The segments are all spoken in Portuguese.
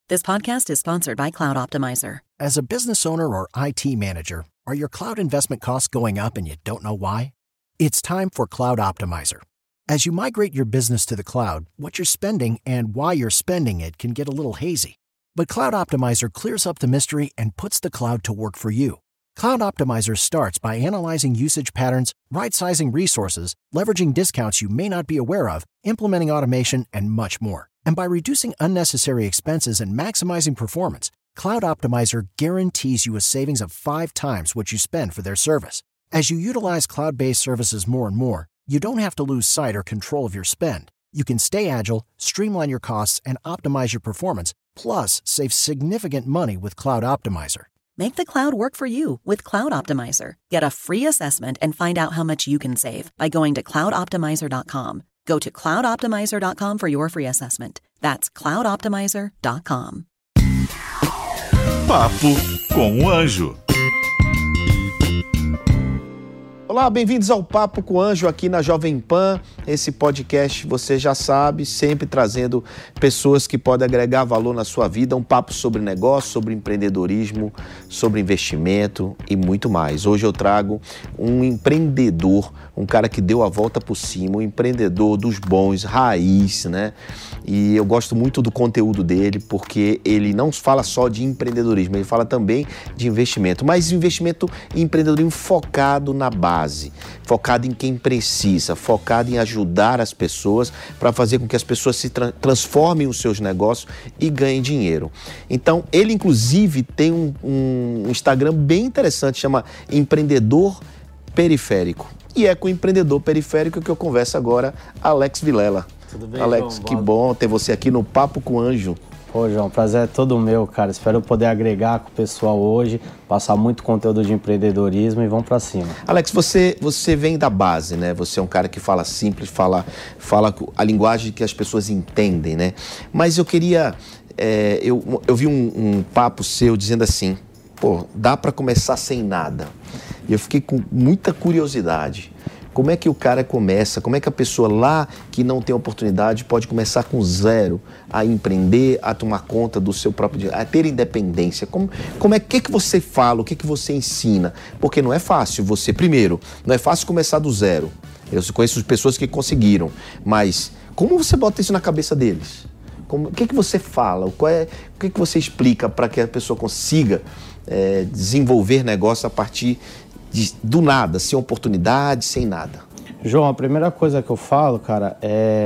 This podcast is sponsored by Cloud Optimizer. As a business owner or IT manager, are your cloud investment costs going up and you don't know why? It's time for Cloud Optimizer. As you migrate your business to the cloud, what you're spending and why you're spending it can get a little hazy. But Cloud Optimizer clears up the mystery and puts the cloud to work for you. Cloud Optimizer starts by analyzing usage patterns, right-sizing resources, leveraging discounts you may not be aware of, implementing automation, and much more. And by reducing unnecessary expenses and maximizing performance, Cloud Optimizer guarantees you a savings of 5 times what you spend for their service. As you utilize cloud-based services more and more, you don't have to lose sight or control of your spend. You can stay agile, streamline your costs, and optimize your performance, plus save significant money with Cloud Optimizer. Make the cloud work for you with Cloud Optimizer. Get a free assessment and find out how much you can save by going to cloudoptimizer.com. Go to cloudoptimizer.com for your free assessment. That's cloudoptimizer.com. Papo com o Anjo. Olá, bem-vindos ao Papo com o Anjo aqui na Jovem Pan. Esse podcast, você já sabe, sempre trazendo pessoas que podem agregar valor na sua vida. Um papo sobre negócio, sobre empreendedorismo, sobre investimento e muito mais. Hoje eu trago um empreendedor, um cara que deu a volta por cima, um empreendedor dos bons, raiz, né? E eu gosto muito do conteúdo dele, porque ele não fala só de empreendedorismo, ele fala também de investimento, mas investimento em empreendedorismo focado na base, focado em quem precisa, focado em ajudar as pessoas para fazer com que as pessoas se transformem os seus negócios e ganhem dinheiro. Então, ele inclusive tem um Instagram bem interessante, chama Empreendedor Periférico. E é com o Empreendedor Periférico que eu converso agora, Alex Vilela. Tudo bem, Alex, João? que bom ter você aqui no Papo com o Anjo. Pô, João, prazer é todo meu, cara. Espero poder agregar com o pessoal hoje, passar muito conteúdo de empreendedorismo e vamos pra cima. Alex, você vem da base, né? Você é um cara que fala simples, fala a linguagem que as pessoas entendem, né? Mas eu queria... eu vi um papo seu dizendo assim, pô, dá pra começar sem nada. E eu fiquei com muita curiosidade. Como é que o cara começa? Como é que a pessoa lá que não tem oportunidade pode começar com zero a empreender, a tomar conta do seu próprio dinheiro, a ter independência? Como é que você fala? O que você ensina? Porque não é fácil você, primeiro, não é fácil começar do zero. Eu conheço pessoas que conseguiram, mas como você bota isso na cabeça deles? O que você fala? O que você explica para que a pessoa consiga desenvolver negócio a partir do nada, sem oportunidade, sem nada? João, a primeira coisa que eu falo, cara,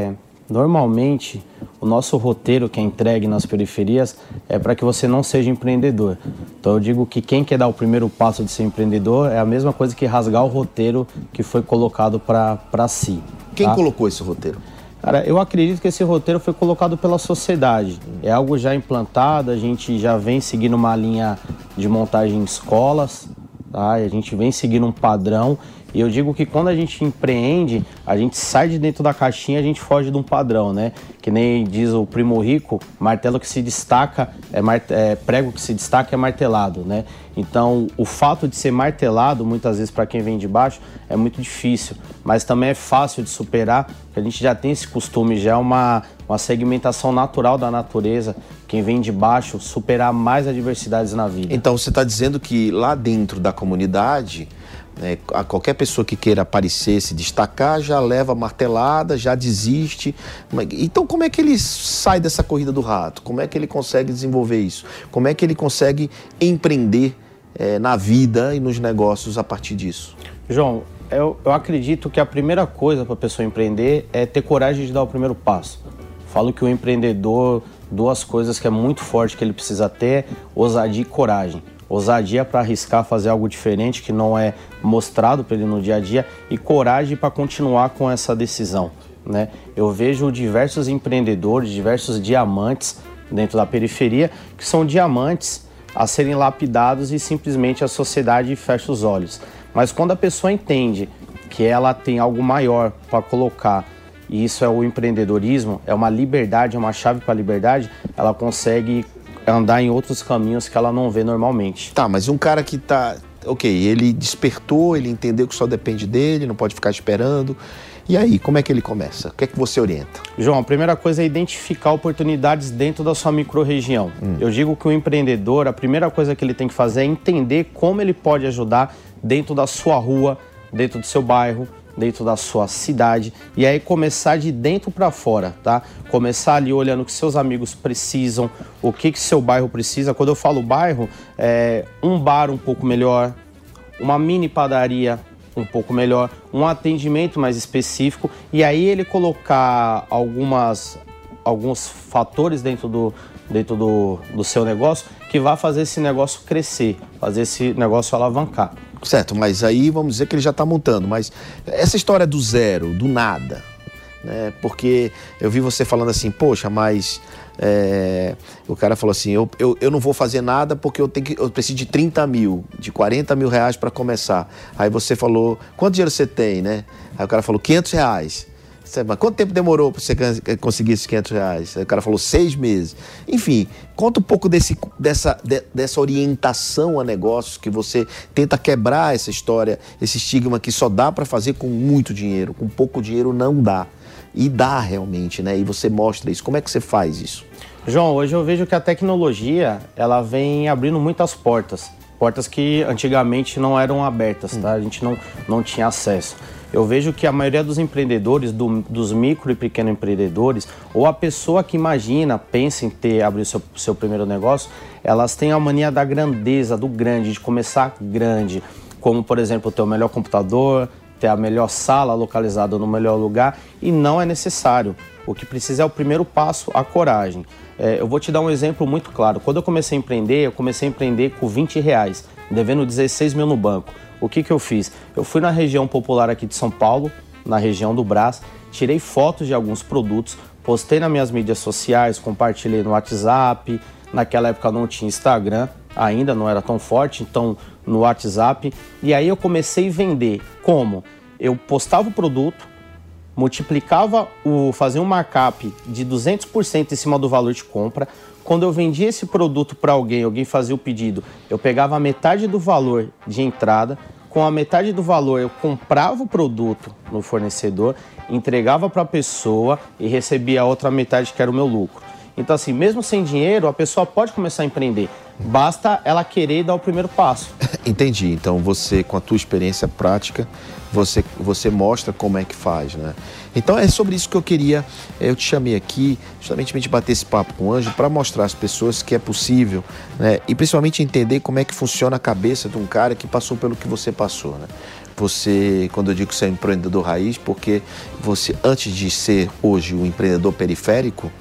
normalmente o nosso roteiro que é entregue nas periferias é para que você não seja empreendedor. Então eu digo que quem quer dar o primeiro passo de ser empreendedor é a mesma coisa que rasgar o roteiro que foi colocado para si. Quem tá? colocou esse roteiro? Cara, eu acredito que esse roteiro foi colocado pela sociedade. É algo já implantado, a gente já vem seguindo uma linha de montagem em escolas, tá? E a gente vem seguindo um padrão. E eu digo que quando a gente empreende, a gente sai de dentro da caixinha, a gente foge de um padrão, né? Que nem diz o Primo Rico, martelo que se destaca, prego que se destaca é martelado, né? Então, o fato de ser martelado, muitas vezes para quem vem de baixo, é muito difícil. Mas também é fácil de superar, porque a gente já tem esse costume, já é uma segmentação natural da natureza. Quem vem de baixo, superar mais adversidades na vida. Então, você está dizendo que lá dentro da comunidade... qualquer pessoa que queira aparecer, se destacar, já leva martelada, já desiste. Então como é que ele sai dessa corrida do rato? Como é que ele consegue desenvolver isso? Como é que ele consegue empreender na vida e nos negócios a partir disso? João, eu acredito que a primeira coisa para a pessoa empreender é ter coragem de dar o primeiro passo. Falo que o empreendedor, 2 coisas que é muito forte que ele precisa ter, ousadia e coragem. Ousadia para arriscar fazer algo diferente que não é mostrado para ele no dia a dia e coragem para continuar com essa decisão, né? Eu vejo diversos empreendedores, diversos diamantes dentro da periferia que são diamantes a serem lapidados e simplesmente a sociedade fecha os olhos. Mas quando a pessoa entende que ela tem algo maior para colocar, e isso é o empreendedorismo, é uma liberdade, é uma chave para a liberdade, ela consegue andar em outros caminhos que ela não vê normalmente. Tá, mas um cara que ok, ele despertou, ele entendeu que só depende dele, não pode ficar esperando. E aí, como é que ele começa? O que é que você orienta? João, a primeira coisa é identificar oportunidades dentro da sua micro-região. Eu digo que o empreendedor, a primeira coisa que ele tem que fazer é entender como ele pode ajudar dentro da sua rua, dentro do seu bairro, dentro da sua cidade, e aí começar de dentro para fora, tá? Começar ali olhando o que seus amigos precisam, o que seu bairro precisa. Quando eu falo bairro, é um bar um pouco melhor, uma mini padaria um pouco melhor, um atendimento mais específico, e aí ele colocar alguns fatores dentro do seu negócio que vai fazer esse negócio crescer, fazer esse negócio alavancar. Certo, mas aí vamos dizer que ele já está montando, mas essa história do zero, do nada, né? Porque eu vi você falando assim, poxa, mas o cara falou assim, eu não vou fazer nada porque eu preciso de 30 mil, de 40 mil reais para começar. Aí você falou, quanto dinheiro você tem, né? Aí o cara falou, 500 reais. Mas quanto tempo demorou para você conseguir esses 500 reais? Aí o cara falou, 6 meses. Enfim, conta um pouco dessa orientação a negócios, que você tenta quebrar essa história, esse estigma que só dá para fazer com muito dinheiro, com pouco dinheiro não dá. E dá realmente, né? E você mostra isso. Como é que você faz isso? João, hoje eu vejo que a tecnologia, ela vem abrindo muitas portas. Portas que antigamente não eram abertas, tá? A gente não tinha acesso. Eu vejo que a maioria dos empreendedores, dos micro e pequenos empreendedores, ou a pessoa que pensa em abrir o seu primeiro negócio, elas têm a mania da grandeza, do grande, de começar grande. Como, por exemplo, ter o melhor computador, ter a melhor sala localizada no melhor lugar, e não é necessário. O que precisa é o primeiro passo, a coragem. Eu vou te dar um exemplo muito claro. Quando eu comecei a empreender com 20 reais, devendo 16 mil no banco. O que eu fiz? Eu fui na região popular aqui de São Paulo, na região do Brás, tirei fotos de alguns produtos, postei nas minhas mídias sociais, compartilhei no WhatsApp. Naquela época não tinha Instagram, ainda não era tão forte, então no WhatsApp. E aí eu comecei a vender. Como? Eu postava o produto, fazia um markup de 200% em cima do valor de compra. Quando eu vendia esse produto para alguém fazia o pedido, eu pegava a metade do valor de entrada, com a metade do valor eu comprava o produto no fornecedor, entregava para a pessoa e recebia a outra metade, que era o meu lucro. Então assim, mesmo sem dinheiro, a pessoa pode começar a empreender, basta ela querer dar o primeiro passo. Entendi, então você, com a tua experiência prática, você mostra como é que faz, né? Então é sobre isso que eu te chamei aqui, justamente para bater esse papo com o Ângelo, para mostrar às pessoas que é possível, né? E principalmente entender como é que funciona a cabeça de um cara que passou pelo que você passou, né? Você, quando eu digo que você é um empreendedor raiz, porque você, antes de ser hoje um empreendedor periférico,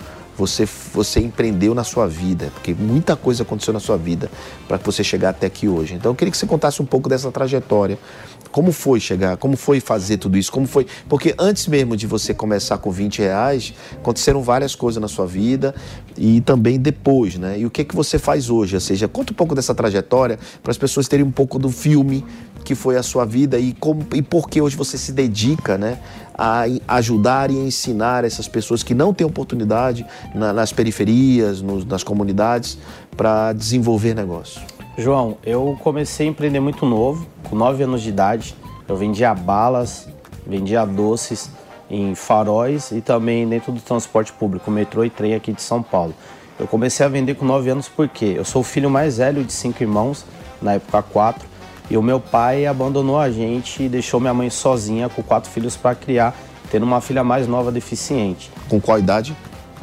você empreendeu na sua vida, porque muita coisa aconteceu na sua vida para que você chegar até aqui hoje. Então eu queria que você contasse um pouco dessa trajetória. Como foi chegar? Como foi fazer tudo isso? Como foi? Porque antes mesmo de você começar com 20 reais, aconteceram várias coisas na sua vida e também depois, né? E o que você faz hoje? Ou seja, conta um pouco dessa trajetória para as pessoas terem um pouco do filme que foi a sua vida e por que hoje você se dedica, né, a ajudar e ensinar essas pessoas que não têm oportunidade nas periferias, nas comunidades, para desenvolver negócio. João, eu comecei a empreender muito novo, com 9 anos de idade. Eu vendia balas, vendia doces em faróis e também dentro do transporte público, metrô e trem aqui de São Paulo. Eu comecei a vender com 9 anos porque eu sou o filho mais velho de 5 irmãos, na época 4, e o meu pai abandonou a gente e deixou minha mãe sozinha com 4 filhos para criar, tendo uma filha mais nova deficiente. Com qual idade?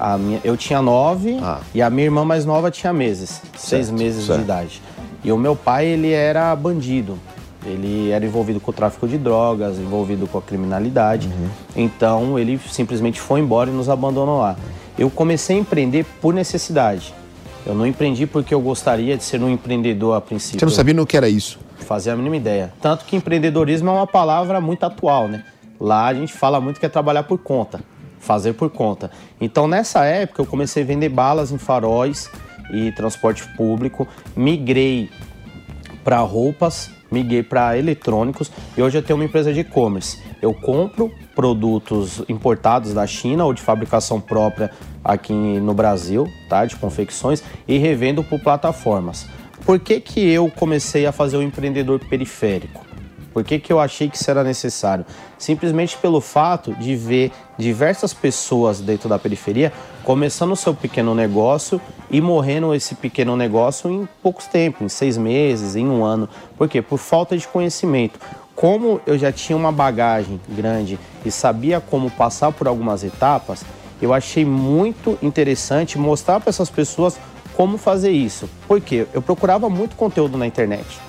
Eu tinha 9 e a minha irmã mais nova tinha meses, 6 meses de idade. E o meu pai, ele era bandido, ele era envolvido com o tráfico de drogas, envolvido com a criminalidade. Então ele simplesmente foi embora e nos abandonou lá. Eu comecei a empreender por necessidade. Eu não empreendi porque eu gostaria de ser um empreendedor a princípio. Você não sabia no que era isso? Fazia a mínima ideia. Tanto que empreendedorismo é uma palavra muito atual, né? Lá a gente fala muito que é trabalhar por conta, fazer por conta. Então nessa época eu comecei a vender balas em faróis e transporte público, migrei para roupas, migrei para eletrônicos e hoje eu tenho uma empresa de e-commerce. Eu compro produtos importados da China ou de fabricação própria aqui no Brasil, tá? De confecções, e revendo por plataformas. Por que eu comecei a fazer o empreendedor periférico? Por que eu achei que isso era necessário? Simplesmente pelo fato de ver diversas pessoas dentro da periferia começando o seu pequeno negócio e morrendo esse pequeno negócio em poucos tempos, em 6 meses, em 1 ano. Por quê? Por falta de conhecimento. Como eu já tinha uma bagagem grande e sabia como passar por algumas etapas, eu achei muito interessante mostrar para essas pessoas como fazer isso. Por quê? Eu procurava muito conteúdo na internet.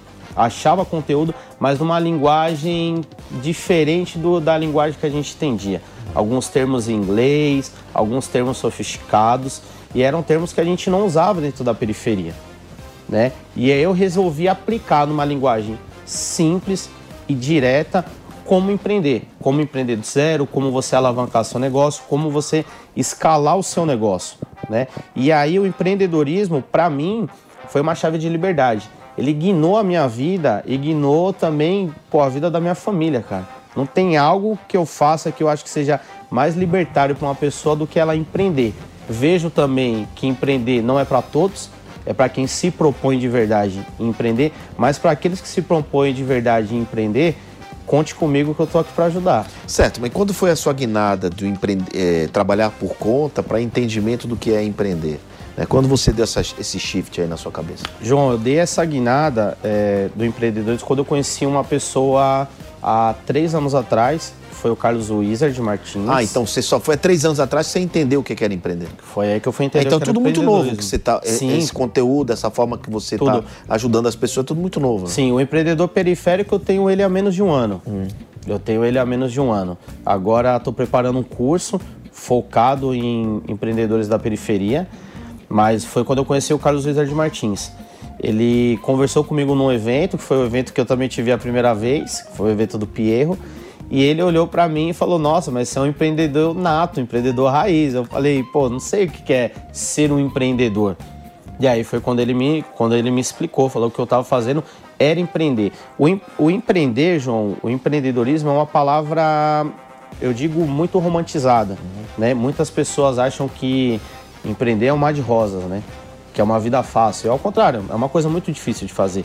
Achava conteúdo, mas numa linguagem diferente da linguagem que a gente entendia. Alguns termos em inglês, alguns termos sofisticados, e eram termos que a gente não usava dentro da periferia, né? E aí eu resolvi aplicar numa linguagem simples e direta como empreender do zero, como você alavancar seu negócio, como você escalar o seu negócio, né? E aí o empreendedorismo, para mim, foi uma chave de liberdade. Ele guinou a minha vida e guinou também, a vida da minha família, cara. Não tem algo que eu faça que eu acho que seja mais libertário para uma pessoa do que ela empreender. Vejo também que empreender não é para todos, é para quem se propõe de verdade em empreender, mas para aqueles que se propõem de verdade em empreender, conte comigo que eu estou aqui para ajudar. Certo, mas quando foi a sua guinada de trabalhar por conta para entendimento do que é empreender? Quando você deu esse shift aí na sua cabeça? João, eu dei essa guinada do empreendedorismo quando eu conheci uma pessoa há 3 anos atrás, foi o Carlos Wizard Martins. Ah, então você só foi há 3 anos atrás que você entendeu o que era empreender. Foi aí que eu fui entender então o que era tudo muito novo que você tá, Sim. Esse conteúdo, essa forma que você está ajudando as pessoas, é tudo muito novo. Né? Sim, o empreendedor periférico eu tenho ele há menos de 1 ano. Eu tenho ele há menos de 1 ano. Agora estou preparando um curso focado em empreendedores da periferia, mas foi quando eu conheci o Carlos Wizard Martins. Ele conversou comigo num evento, que foi o evento que eu também tive a primeira vez, que foi o evento do Pierro, e ele olhou pra mim e falou, nossa, mas você é um empreendedor nato, um empreendedor raiz. Eu falei, não sei o que é ser um empreendedor. E aí foi quando ele me explicou, falou que o que eu estava fazendo era empreender. O empreender, João, o empreendedorismo é uma palavra, eu digo, muito romantizada, né? Muitas pessoas acham que empreender é um mar de rosas, né? Que é uma vida fácil. Ao contrário, é uma coisa muito difícil de fazer.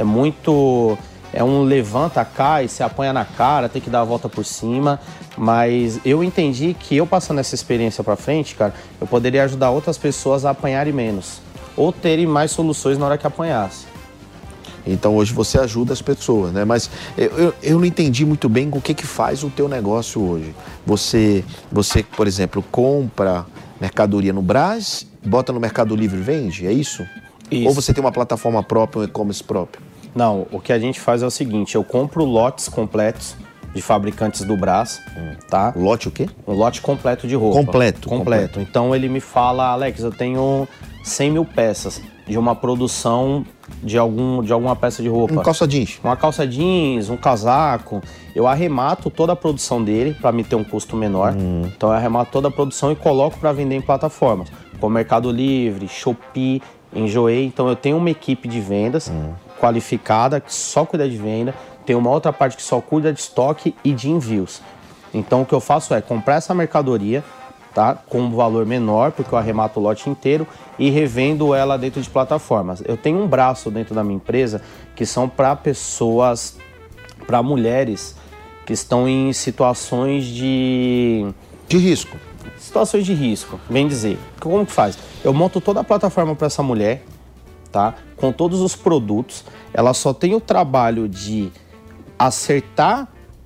É um levanta, cai, se apanha na cara, tem que dar a volta por cima. Mas eu entendi que eu passando essa experiência pra frente, cara, eu poderia ajudar outras pessoas a apanharem menos. Ou terem mais soluções na hora que apanhasse. Então hoje você ajuda as pessoas, né? Mas eu não entendi muito bem o que faz o teu negócio hoje. Você, por exemplo, compra mercadoria no Brás, bota no Mercado Livre e vende, é isso? Isso. Ou você tem uma plataforma própria, um e-commerce próprio? Não, o que a gente faz é o seguinte, eu compro lotes completos de fabricantes do Brás, tá? Lote o quê? Um lote completo de roupa. Completo. Então ele me fala, Alex, eu tenho 100 mil peças de uma produção de alguma peça de roupa. Uma calça jeans. Uma calça jeans, um casaco. Eu arremato toda a produção dele para me ter um custo menor. Então eu arremato toda a produção e coloco para vender em plataformas, como Mercado Livre, Shopee, Enjoei. Então eu tenho uma equipe de vendas qualificada que só cuida de venda. Tem uma outra parte que só cuida de estoque e de envios. Então o que eu faço é comprar essa mercadoria, tá? Com um valor menor, porque eu arremato o lote inteiro e revendo ela dentro de plataformas. Eu tenho um braço dentro da minha empresa que são para pessoas, para mulheres que estão em situações de risco. Situações de risco, bem dizer. Como que faz? Eu monto toda a plataforma para essa mulher, tá? Com todos os produtos. Ela só tem o trabalho de acertar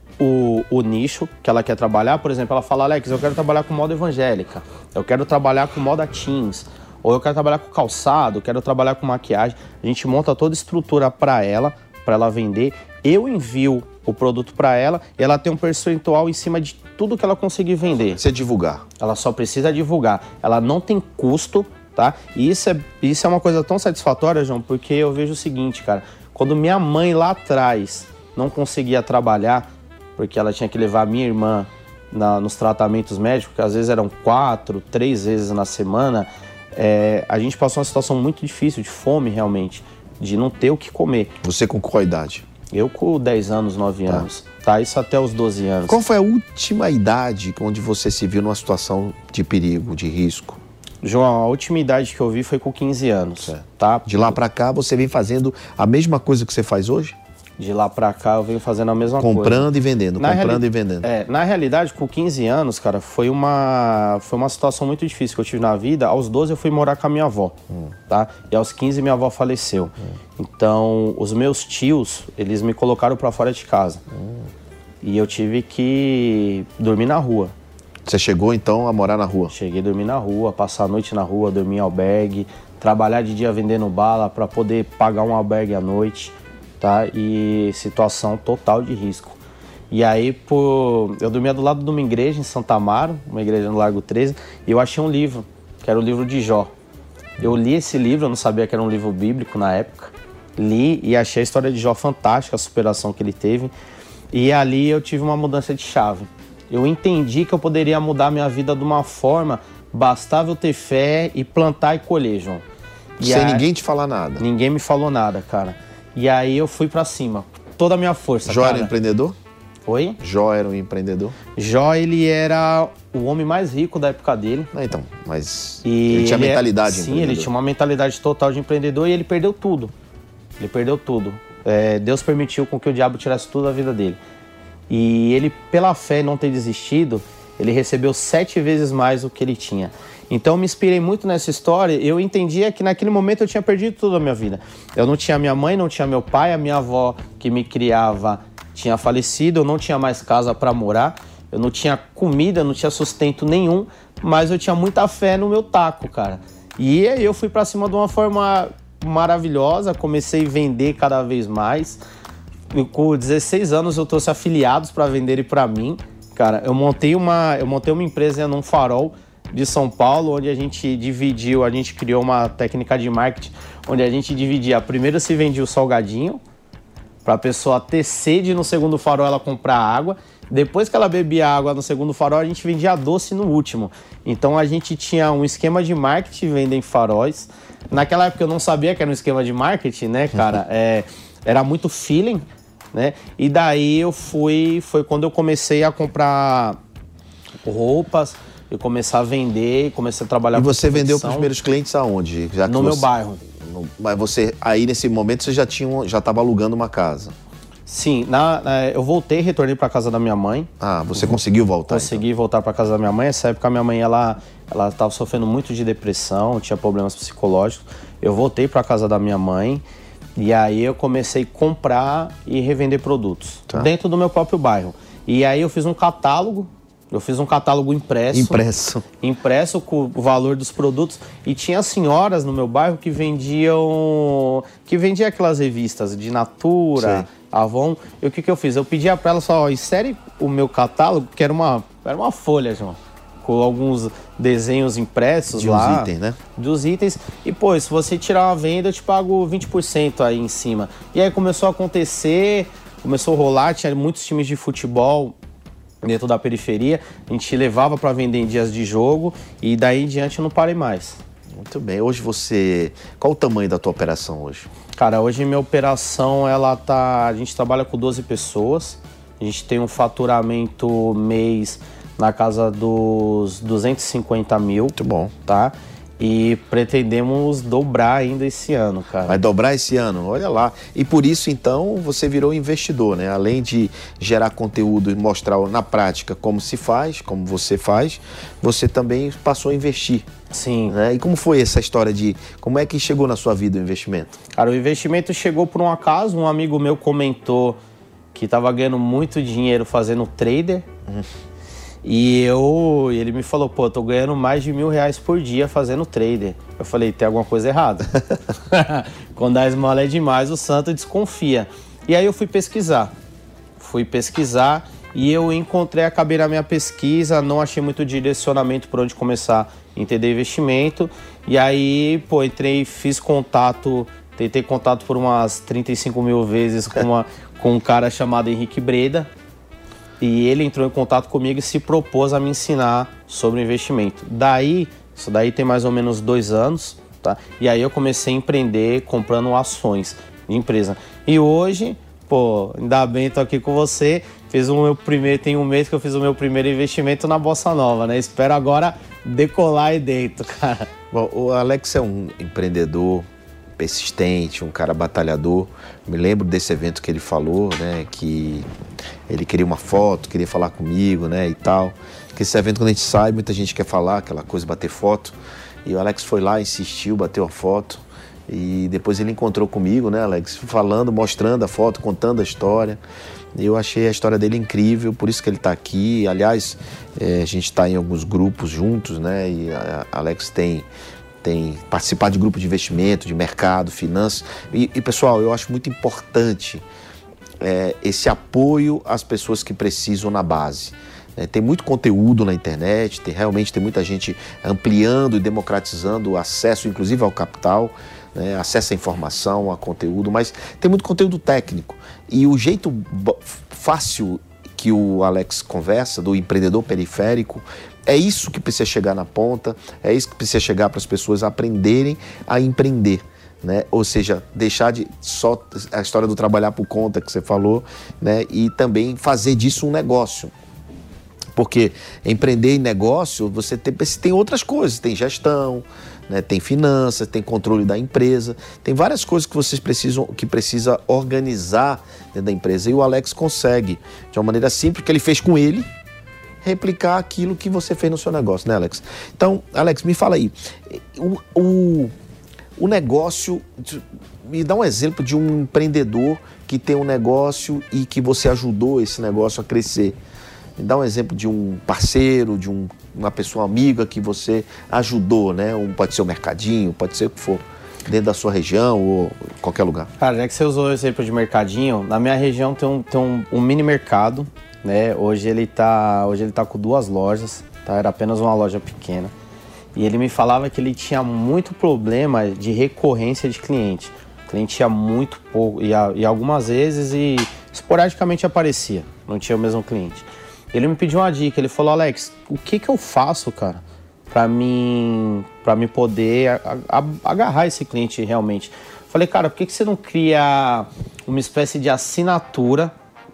o nicho que ela quer trabalhar. Por exemplo, ela fala, Alex, eu quero trabalhar com moda evangélica, eu quero trabalhar com moda teens, ou eu quero trabalhar com calçado, eu quero trabalhar com maquiagem. A gente monta toda a estrutura para ela vender. Eu envio o produto para ela e ela tem um percentual em cima de tudo que ela conseguir vender. Você divulgar. Ela só precisa divulgar. Ela não tem custo, tá? E isso é uma coisa tão satisfatória, João, porque eu vejo o seguinte, cara. Quando minha mãe lá atrás não conseguia trabalhar, porque ela tinha que levar a minha irmã nos tratamentos médicos, que às vezes eram 4, 3 vezes na semana, a gente passou uma situação muito difícil, de fome realmente, de não ter o que comer. Você com qual idade? Eu com 10 anos, 9 anos, tá? Isso até os 12 anos. Qual foi a última idade onde você se viu numa situação de perigo, de risco? João, a última idade que eu vi foi com 15 anos, tá? De lá pra cá, você vem fazendo a mesma coisa que você faz hoje? De lá pra cá, eu venho fazendo a mesma coisa. Comprando e vendendo, comprando e vendendo. Na realidade, com 15 anos, cara, foi uma situação muito difícil que eu tive na vida. Aos 12, eu fui morar com a minha avó, tá? E aos 15, minha avó faleceu. Então, os meus tios, eles me colocaram pra fora de casa. E eu tive que dormir na rua. Você chegou, então, a morar na rua? Cheguei a dormir na rua, passar a noite na rua, dormir em albergue, trabalhar de dia vendendo bala pra poder pagar um albergue à noite. Tá? E situação total de risco. E aí, eu dormia do lado de uma igreja em Santa Amaro, uma igreja no Largo 13, e eu achei um livro, que era o livro de Jó. Eu li esse livro, eu não sabia que era um livro bíblico na época. Li e achei a história de Jó fantástica, a superação que ele teve. E ali eu tive uma mudança de chave. Eu entendi que eu poderia mudar minha vida de uma forma, bastava eu ter fé e plantar e colher, João. Sem ninguém te falar nada? Ninguém me falou nada, cara. E aí eu fui pra cima, toda a minha força, Jó cara. Era empreendedor? Oi? Jó era um empreendedor? Jó, ele era o homem mais rico da época dele. Então, mas ele tinha mentalidade empreendedor. Sim, ele tinha uma mentalidade total de empreendedor e ele perdeu tudo. Ele perdeu tudo. Deus permitiu com que o diabo tirasse tudo da vida dele. E ele, pela fé não ter desistido, ele recebeu 7 vezes mais do que ele tinha. Então eu me inspirei muito nessa história. Eu entendia que naquele momento eu tinha perdido tudo na minha vida. Eu não tinha minha mãe, não tinha meu pai, a minha avó que me criava tinha falecido, eu não tinha mais casa para morar, eu não tinha comida, não tinha sustento nenhum, mas eu tinha muita fé no meu taco, cara. E aí eu fui para cima de uma forma maravilhosa, comecei a vender cada vez mais. E com 16 anos eu trouxe afiliados para venderem para mim. Cara, eu montei uma empresa num farol de São Paulo, onde a gente criou uma técnica de marketing, onde a gente dividia, primeiro se vendia o salgadinho, para a pessoa ter sede, no segundo farol ela comprar água, depois que ela bebia água no segundo farol, a gente vendia doce no último. Então a gente tinha um esquema de marketing vendendo em faróis. Naquela época eu não sabia que era um esquema de marketing, né, cara? Era muito feeling, né? E daí foi quando eu comecei a comprar roupas, eu comecei a vender, comecei a trabalhar com você vendeu para os primeiros clientes aonde? No meu bairro. Mas você, aí nesse momento, você já estava alugando uma casa? Sim, eu voltei, retornei para casa da minha mãe. Ah, você conseguiu voltar? Consegui voltar para casa da minha mãe. Nessa época a minha mãe, ela estava sofrendo muito de depressão, tinha problemas psicológicos. Eu voltei para casa da minha mãe e aí eu comecei a comprar e revender produtos dentro do meu próprio bairro. E aí eu fiz um catálogo. Eu fiz um catálogo impresso com o valor dos produtos, e tinha senhoras no meu bairro que vendiam aquelas revistas de Natura, Avon. E o que eu fiz? Eu pedia para elas, insere o meu catálogo, que era uma folha, João, com alguns desenhos impressos lá. Dos itens, né? Dos itens. E, pô, se você tirar uma venda, eu te pago 20% aí em cima. E aí começou a acontecer, começou a rolar, tinha muitos times de futebol dentro da periferia, a gente levava para vender em dias de jogo e daí em diante eu não parei mais. Muito bem. Hoje qual o tamanho da tua operação hoje? Cara, hoje minha operação, a gente trabalha com 12 pessoas, a gente tem um faturamento mês na casa dos 250 mil. Muito bom. Tá? E pretendemos dobrar ainda esse ano, cara. Vai dobrar esse ano? Olha lá. E por isso, então, você virou investidor, né? Além de gerar conteúdo e mostrar na prática como se faz, como você faz, você também passou a investir. Sim. Né? E como foi essa história como é que chegou na sua vida o investimento? Cara, o investimento chegou por um acaso. Um amigo meu comentou que estava ganhando muito dinheiro fazendo trader. E ele me falou, pô, eu tô ganhando mais de R$1.000 por dia fazendo trader. Eu falei, tem alguma coisa errada. Quando a esmola é demais, o santo desconfia. E aí eu fui pesquisar e eu acabei na minha pesquisa, não achei muito direcionamento por onde começar a entender investimento. E aí, pô, tentei contato por umas 35 mil vezes com um cara chamado Henrique Breda. E ele entrou em contato comigo e se propôs a me ensinar sobre investimento. Isso daí tem mais ou menos 2 anos, tá? E aí eu comecei a empreender comprando ações de empresa. E hoje, pô, ainda bem, tô aqui com você. Tem um mês que eu fiz o meu primeiro investimento na Bossa Nova, né? Espero agora decolar aí dentro, cara. Bom, o Alex é um empreendedor persistente, um cara batalhador. Me lembro desse evento que ele falou, né, que ele queria uma foto, queria falar comigo, né, e tal. Porque esse evento, quando a gente sai, muita gente quer falar, aquela coisa, bater foto. E o Alex foi lá, insistiu, bateu a foto. E depois ele encontrou comigo, né, Alex, falando, mostrando a foto, contando a história. Eu achei a história dele incrível, por isso que ele está aqui. Aliás, a gente está em alguns grupos juntos, né, e a Alex tem participado de grupo de investimento, de mercado, finanças. E pessoal, eu acho muito importante esse apoio às pessoas que precisam na base. Tem muito conteúdo na internet, realmente tem muita gente ampliando e democratizando o acesso, inclusive ao capital, né, acesso à informação, a conteúdo, mas tem muito conteúdo técnico. E o jeito fácil que o Alex conversa, do empreendedor periférico, é isso que precisa chegar na ponta, é isso que precisa chegar para as pessoas aprenderem a empreender. Né? Ou seja, deixar de só a história do trabalhar por conta que você falou, né? E também fazer disso um negócio. Porque empreender em negócio, você tem outras coisas, tem gestão, né? Tem finanças, tem controle da empresa, tem várias coisas que precisa organizar dentro da empresa. E o Alex consegue, de uma maneira simples, que ele fez com ele, replicar aquilo que você fez no seu negócio, né, Alex? Então, Alex, me fala aí, o negócio, me dá um exemplo de um empreendedor que tem um negócio e que você ajudou esse negócio a crescer. Me dá um exemplo de um parceiro, de uma pessoa amiga que você ajudou, né? Pode ser um mercadinho, pode ser o que for, dentro da sua região ou qualquer lugar. Cara, já que você usou o exemplo de mercadinho, na minha região tem um mini mercado, né? Hoje ele tá com 2 lojas, tá? Era apenas uma loja pequena. E ele me falava que ele tinha muito problema de recorrência de cliente. O cliente ia muito pouco, e algumas vezes e esporadicamente aparecia, não tinha o mesmo cliente. Ele me pediu uma dica, ele falou: Alex, o que eu faço, cara, para mim poder agarrar esse cliente realmente? Falei: cara, por que você não cria uma espécie de assinatura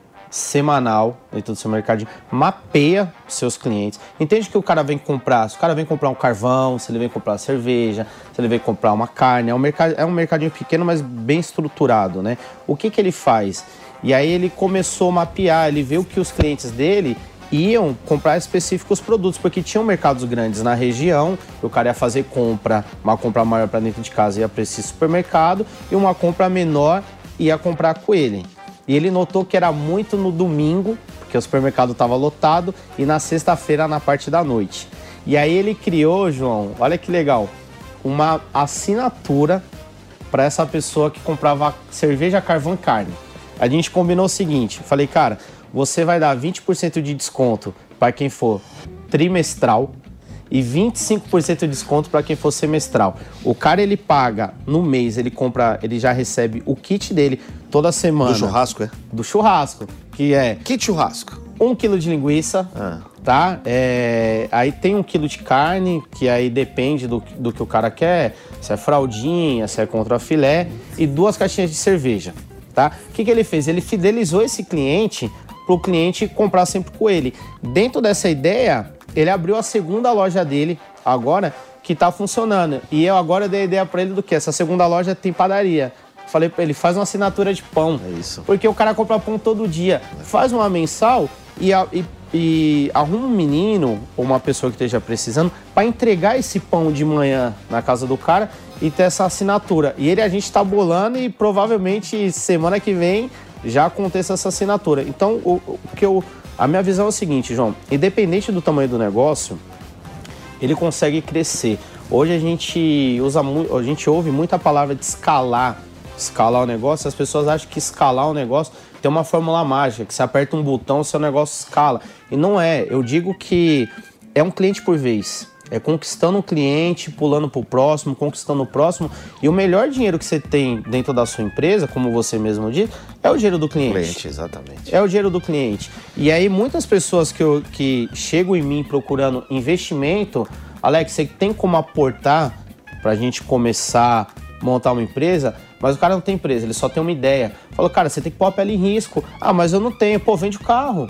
semanal dentro do seu mercadinho, mapeia seus clientes, entende que o cara vem comprar, se o cara vem comprar um carvão, se ele vem comprar cerveja, se ele vem comprar uma carne, é um mercadinho pequeno, mas bem estruturado, né? O que ele faz? E aí ele começou a mapear, ele viu que os clientes dele iam comprar específicos produtos, porque tinham mercados grandes na região, o cara ia fazer uma compra maior para dentro de casa ia para esse supermercado, e uma compra menor ia comprar com ele. E ele notou que era muito no domingo, porque o supermercado estava lotado, e na sexta-feira na parte da noite. E aí ele criou, João, olha que legal, uma assinatura para essa pessoa que comprava cerveja, carvão e carne. A gente combinou o seguinte, falei: cara, você vai dar 20% de desconto para quem for trimestral e 25% de desconto para quem for semestral. O cara, ele paga no mês, ele já recebe o kit dele toda semana. Do churrasco, é? Do churrasco, que é... Kit churrasco. 1 quilo de linguiça, tá? Aí tem 1 quilo de carne, que aí depende do que o cara quer, se é fraldinha, se é contra filé, e 2 caixinhas de cerveja, tá? O que ele fez? Ele fidelizou esse cliente para o cliente comprar sempre com ele. Dentro dessa ideia, ele abriu a segunda loja dele agora, que tá funcionando. E eu agora dei a ideia para ele do que? Essa segunda loja tem padaria. Falei para ele: faz uma assinatura de pão. É isso. Porque o cara compra pão todo dia. Faz uma mensal e arruma um menino ou uma pessoa que esteja precisando para entregar esse pão de manhã na casa do cara e ter essa assinatura. E a gente tá bolando e provavelmente semana que vem já aconteça essa assinatura. Então, a minha visão é o seguinte, João: independente do tamanho do negócio, ele consegue crescer. Hoje a gente ouve muita palavra de escalar o negócio. As pessoas acham que escalar o negócio tem uma fórmula mágica, que você aperta um botão, o seu negócio escala. E não é. Eu digo que é um cliente por vez. É conquistando um cliente, pulando pro próximo, conquistando o próximo. E o melhor dinheiro que você tem dentro da sua empresa, como você mesmo disse, é o dinheiro do cliente. Exatamente. É o dinheiro do cliente. E aí muitas pessoas que chegam em mim procurando investimento: Alex, você tem como aportar pra gente começar a montar uma empresa? Mas o cara não tem empresa, ele só tem uma ideia. Falou: cara, você tem que pôr a pele em risco. Ah, mas eu não tenho. Pô, vende o carro.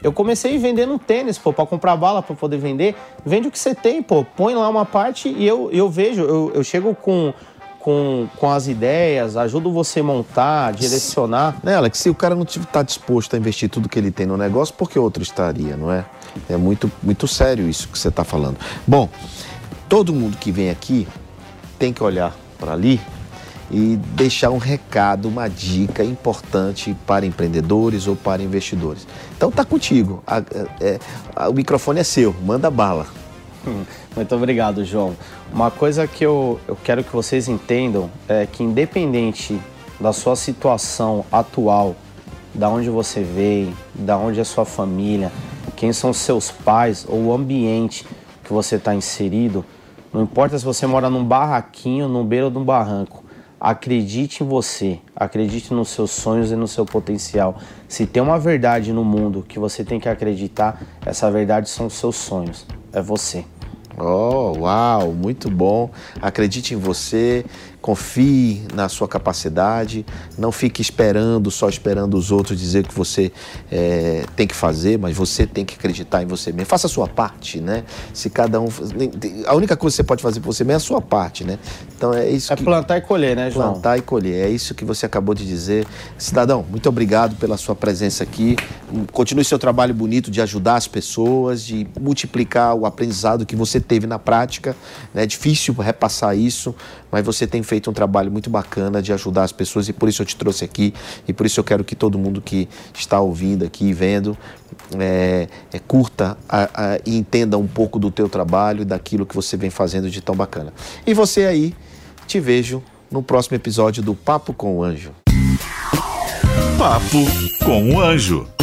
Eu comecei vendendo um tênis, pô, pra comprar bala, pra poder vender. Vende o que você tem, pô. Põe lá uma parte e eu vejo, eu chego com as ideias, ajudo você a montar, direcionar. Né, Alex, se o cara não está disposto a investir tudo que ele tem no negócio, por que outro estaria, não é? É muito, muito sério isso que você está falando. Bom, todo mundo que vem aqui tem que olhar para ali e deixar um recado, uma dica importante para empreendedores ou para investidores. Então tá contigo, o microfone é seu, manda bala. Muito obrigado, João. Uma coisa que eu quero que vocês entendam é que independente da sua situação atual, da onde você veio, da onde é sua família, quem são seus pais ou o ambiente que você está inserido, não importa se você mora num barraquinho, no beiro de um barranco, acredite em você, acredite nos seus sonhos e no seu potencial. Se tem uma verdade no mundo que você tem que acreditar, essa verdade são os seus sonhos, é você. Oh, uau, muito bom. Acredite em você, confie na sua capacidade, não fique só esperando os outros dizer o que você tem que fazer, mas você tem que acreditar em você mesmo. Faça a sua parte, né? Se cada um... A única coisa que você pode fazer por você mesmo é a sua parte, né? Então é isso. Plantar e colher, né, João? Plantar e colher, é isso que você acabou de dizer. Cidadão, muito obrigado pela sua presença aqui. Continue seu trabalho bonito de ajudar as pessoas, de multiplicar o aprendizado que você teve na prática. É difícil repassar isso, mas você tem feito um trabalho muito bacana de ajudar as pessoas e por isso eu te trouxe aqui e por isso eu quero que todo mundo que está ouvindo aqui e vendo curta e entenda um pouco do teu trabalho e daquilo que você vem fazendo de tão bacana. E você aí, te vejo no próximo episódio do Papo com o Anjo. Papo com o Anjo.